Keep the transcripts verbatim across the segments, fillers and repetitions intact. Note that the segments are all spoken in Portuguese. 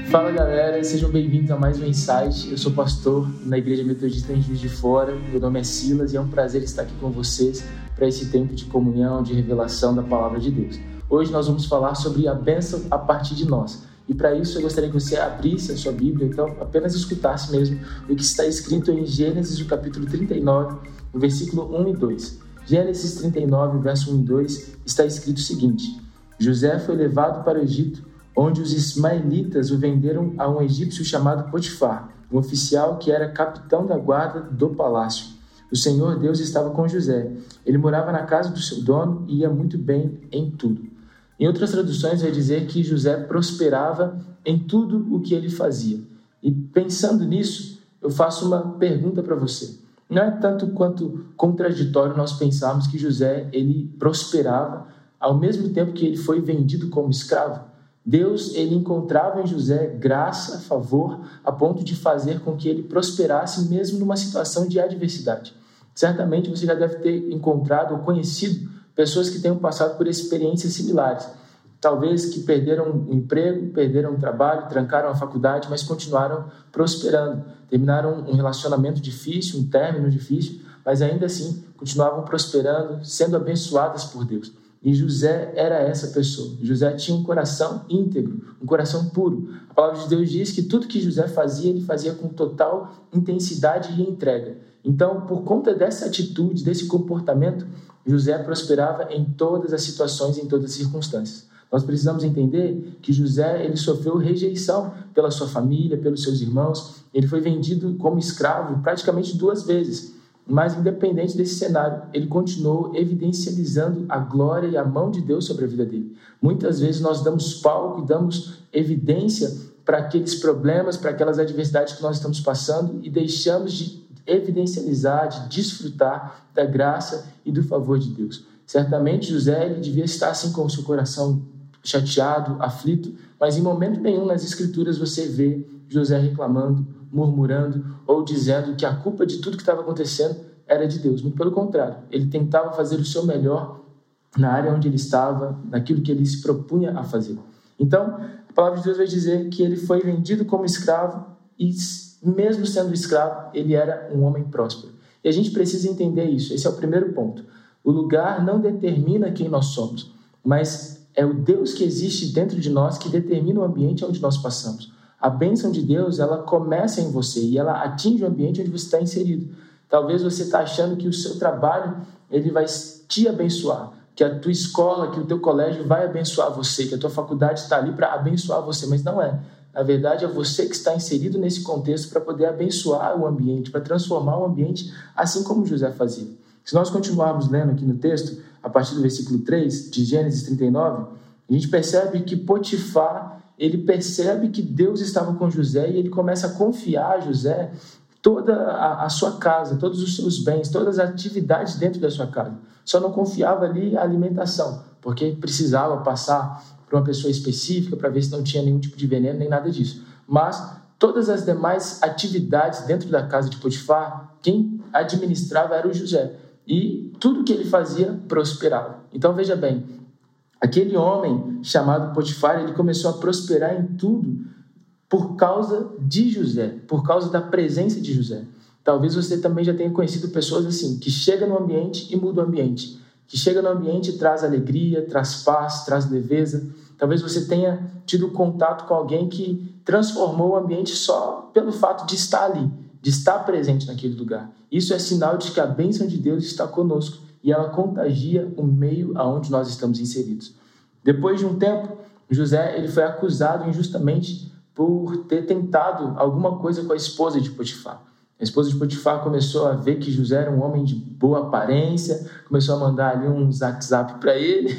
Fala galera, sejam bem-vindos a mais um Insight. Eu sou pastor na Igreja Metodista em Juiz de Fora, meu nome é Silas e é um prazer estar aqui com vocês para esse tempo de comunhão, de revelação da Palavra de Deus. Hoje nós vamos falar sobre a bênção a partir de nós. E para isso eu gostaria que você abrisse a sua Bíblia, então apenas escutasse mesmo o que está escrito em Gênesis, o capítulo trinta e nove, no versículo um e dois. Gênesis trinta e nove, verso um e dois, está escrito o seguinte: José foi levado para o Egito, onde os ismaelitas o venderam a um egípcio chamado Potifar, um oficial que era capitão da guarda do palácio. O Senhor Deus estava com José. Ele morava na casa do seu dono e ia muito bem em tudo. Em outras traduções vai dizer que José prosperava em tudo o que ele fazia. E pensando nisso, eu faço uma pergunta para você. Não é tanto quanto contraditório nós pensarmos que José ele prosperava ao mesmo tempo que ele foi vendido como escravo. Deus ele encontrava em José graça, favor, a ponto de fazer com que ele prosperasse mesmo numa situação de adversidade. Certamente você já deve ter encontrado ou conhecido pessoas que tenham passado por experiências similares. Talvez que perderam o emprego, perderam o trabalho, trancaram a faculdade, mas continuaram prosperando. Terminaram um relacionamento difícil, um término difícil, mas ainda assim continuavam prosperando, sendo abençoadas por Deus. E José era essa pessoa. José tinha um coração íntegro, um coração puro. A palavra de Deus diz que tudo que José fazia, ele fazia com total intensidade e entrega. Então, por conta dessa atitude, desse comportamento, José prosperava em todas as situações, em todas as circunstâncias. Nós precisamos entender que José ele sofreu rejeição pela sua família, pelos seus irmãos. Ele foi vendido como escravo praticamente duas vezes. Mas, independente desse cenário, ele continuou evidencializando a glória e a mão de Deus sobre a vida dele. Muitas vezes nós damos palco e damos evidência para aqueles problemas, para aquelas adversidades que nós estamos passando e deixamos de evidencializar, de desfrutar da graça e do favor de Deus. Certamente José ele devia estar assim com o seu coração chateado, aflito, mas em momento nenhum nas Escrituras você vê José reclamando, murmurando ou dizendo que a culpa de tudo que estava acontecendo era de Deus. Muito pelo contrário, ele tentava fazer o seu melhor na área onde ele estava, naquilo que ele se propunha a fazer. Então, a palavra de Deus vai dizer que ele foi vendido como escravo e, mesmo sendo escravo, ele era um homem próspero. E a gente precisa entender isso. Esse é o primeiro ponto. O lugar não determina quem nós somos, mas é o Deus que existe dentro de nós que determina o ambiente onde nós passamos. A bênção de Deus, ela começa em você e ela atinge o ambiente onde você está inserido. Talvez você está achando que o seu trabalho ele vai te abençoar, que a tua escola, que o teu colégio vai abençoar você, que a tua faculdade está ali para abençoar você, mas não é. Na verdade, é você que está inserido nesse contexto para poder abençoar o ambiente, para transformar o ambiente, assim como José fazia. Se nós continuarmos lendo aqui no texto, a partir do versículo três de Gênesis trinta e nove, a gente percebe que Potifar ele percebe que Deus estava com José e ele começa a confiar a José toda a, a sua casa, todos os seus bens, todas as atividades dentro da sua casa. Só não confiava ali a alimentação, porque precisava passar para uma pessoa específica para ver se não tinha nenhum tipo de veneno, nem nada disso. Mas todas as demais atividades dentro da casa de Potifar, quem administrava era o José. E tudo que ele fazia prosperava. Então veja bem, aquele homem chamado Potifar, ele começou a prosperar em tudo por causa de José, por causa da presença de José. Talvez você também já tenha conhecido pessoas assim, que chegam no ambiente e mudam o ambiente. Que chega no ambiente e traz alegria, traz paz, traz leveza. Talvez você tenha tido contato com alguém que transformou o ambiente só pelo fato de estar ali, de estar presente naquele lugar. Isso é sinal de que a bênção de Deus está conosco e ela contagia o meio aonde nós estamos inseridos. Depois de um tempo, José ele foi acusado injustamente por ter tentado alguma coisa com a esposa de Potifar. A esposa de Potifar começou a ver que José era um homem de boa aparência, começou a mandar ali um WhatsApp para ele.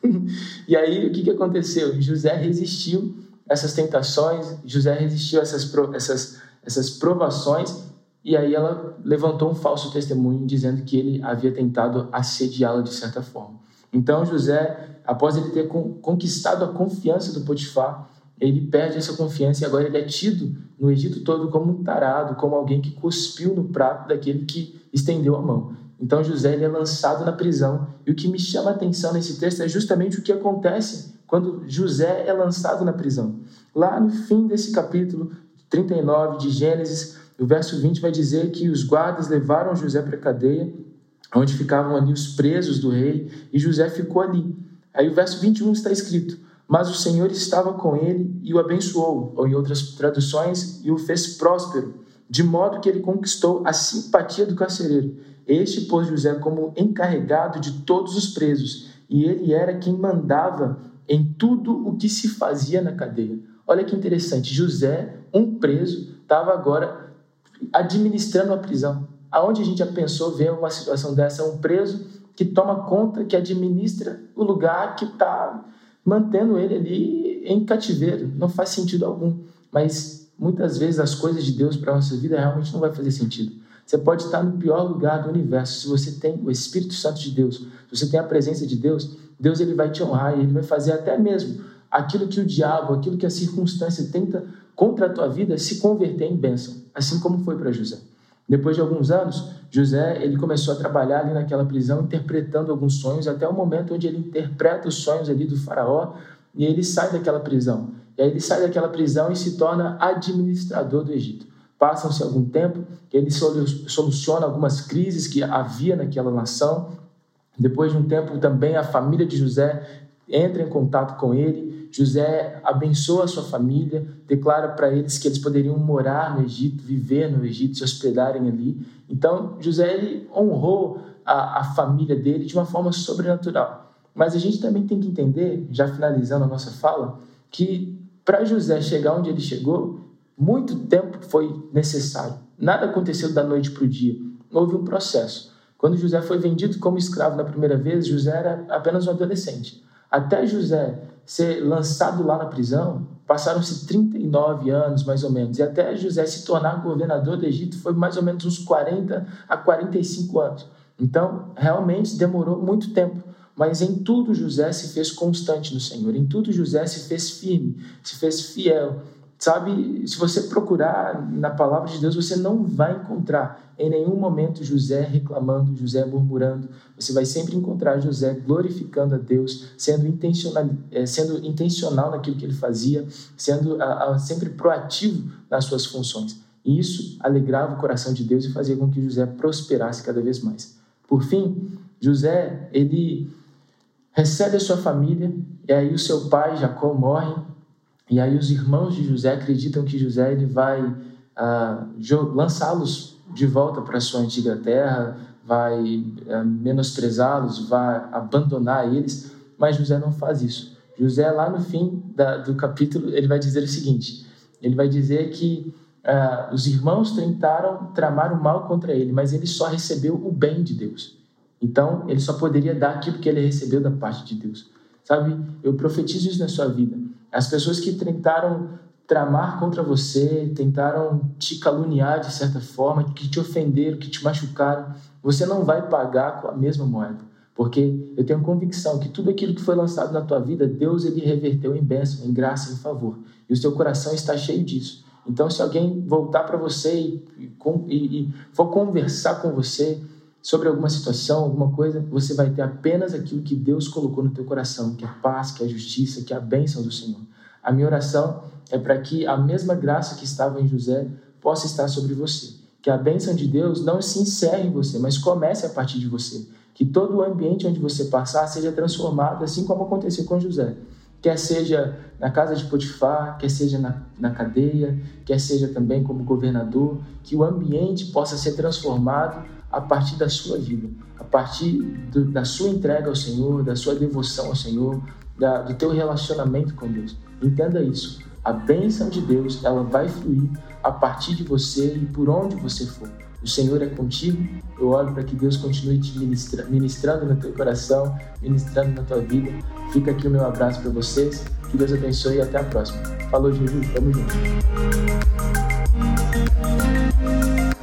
E aí, o que, que aconteceu? José resistiu a essas tentações, José resistiu a essas, essas, essas provações, e aí ela levantou um falso testemunho dizendo que ele havia tentado assediá-la de certa forma. Então José, após ele ter conquistado a confiança do Potifar, ele perde essa confiança e agora ele é tido no Egito todo como um tarado, como alguém que cuspiu no prato daquele que estendeu a mão. Então José ele é lançado na prisão, e o que me chama a atenção nesse texto é justamente o que acontece quando José é lançado na prisão. Lá no fim desse capítulo trinta e nove de Gênesis, o verso vinte vai dizer que os guardas levaram José para a cadeia, onde ficavam ali os presos do rei, e José ficou ali. Aí o verso vinte e um está escrito: mas o Senhor estava com ele e o abençoou, ou em outras traduções, e o fez próspero, de modo que ele conquistou a simpatia do carcereiro. Este pôs José como encarregado de todos os presos, e ele era quem mandava em tudo o que se fazia na cadeia. Olha que interessante, José, um preso, estava agora administrando a prisão. Aonde a gente já pensou ver uma situação dessa? Um preso que toma conta, que administra o lugar que está mantendo ele ali em cativeiro. Não faz sentido algum, mas muitas vezes as coisas de Deus para a nossa vida realmente não vai fazer sentido. Você pode estar no pior lugar do universo. Se você tem o Espírito Santo de Deus, se você tem a presença de Deus, Deus ele vai te honrar e ele vai fazer até mesmo aquilo que o diabo, aquilo que a circunstância tenta contra a tua vida se converter em bênção, assim como foi para José. Depois de alguns anos, José ele começou a trabalhar ali naquela prisão, interpretando alguns sonhos, até o momento onde ele interpreta os sonhos ali do faraó e ele sai daquela prisão. E aí ele sai daquela prisão e se torna administrador do Egito. Passam-se algum tempo, ele soluciona algumas crises que havia naquela nação. Depois de um tempo também a família de José entra em contato com ele. José abençoa a sua família, declara para eles que eles poderiam morar no Egito, viver no Egito, se hospedarem ali. Então José ele honrou a, a família dele de uma forma sobrenatural. Mas a gente também tem que entender, já finalizando a nossa fala, que para José chegar onde ele chegou, muito tempo foi necessário. Nada aconteceu da noite para o dia. Houve um processo. Quando José foi vendido como escravo na primeira vez, José era apenas um adolescente. Até José ser lançado lá na prisão, passaram-se trinta e nove anos, mais ou menos. E até José se tornar governador do Egito foi mais ou menos uns quarenta a quarenta e cinco anos. Então, realmente demorou muito tempo. Mas em tudo José se fez constante no Senhor. Em tudo José se fez firme, se fez fiel. Sabe, se você procurar na palavra de Deus, você não vai encontrar em nenhum momento José reclamando, José murmurando. Você vai sempre encontrar José glorificando a Deus, sendo intencional, sendo intencional naquilo que ele fazia, sendo a, a, sempre proativo nas suas funções. E isso alegrava o coração de Deus e fazia com que José prosperasse cada vez mais. Por fim, José, ele recebe a sua família, e aí o seu pai, Jacó, morre. E aí os irmãos de José acreditam que José ele vai ah, lançá-los de volta para a sua antiga terra, vai ah, menosprezá-los, vai abandonar eles, mas José não faz isso. José, lá no fim da, do capítulo, ele vai dizer o seguinte, ele vai dizer que ah, os irmãos tentaram tramar o mal contra ele, mas ele só recebeu o bem de Deus. Então, ele só poderia dar aquilo que ele recebeu da parte de Deus. Sabe, eu profetizo isso na sua vida. As pessoas que tentaram tramar contra você, tentaram te caluniar de certa forma, que te ofenderam, que te machucaram, você não vai pagar com a mesma moeda. Porque eu tenho convicção que tudo aquilo que foi lançado na tua vida, Deus ele reverteu em bênção, em graça, em favor. E o seu coração está cheio disso. Então, se alguém voltar para você e, e, e for conversar com você sobre alguma situação, alguma coisa, você vai ter apenas aquilo que Deus colocou no teu coração, que é a paz, que é a justiça, que é a bênção do Senhor. A minha oração é para que a mesma graça que estava em José possa estar sobre você. Que a bênção de Deus não se encerre em você, mas comece a partir de você. Que todo o ambiente onde você passar seja transformado, assim como aconteceu com José. Quer seja na casa de Potifar, quer seja na, na cadeia, quer seja também como governador, que o ambiente possa ser transformado a partir da sua vida, a partir do, da sua entrega ao Senhor, da sua devoção ao Senhor, da, do teu relacionamento com Deus. Entenda isso. A bênção de Deus, ela vai fluir a partir de você e por onde você for. O Senhor é contigo. Eu oro para que Deus continue te ministra, ministrando no teu coração, ministrando na tua vida. Fica aqui o meu abraço para vocês. Que Deus abençoe e até a próxima. Falou, Jesus. Tamo junto.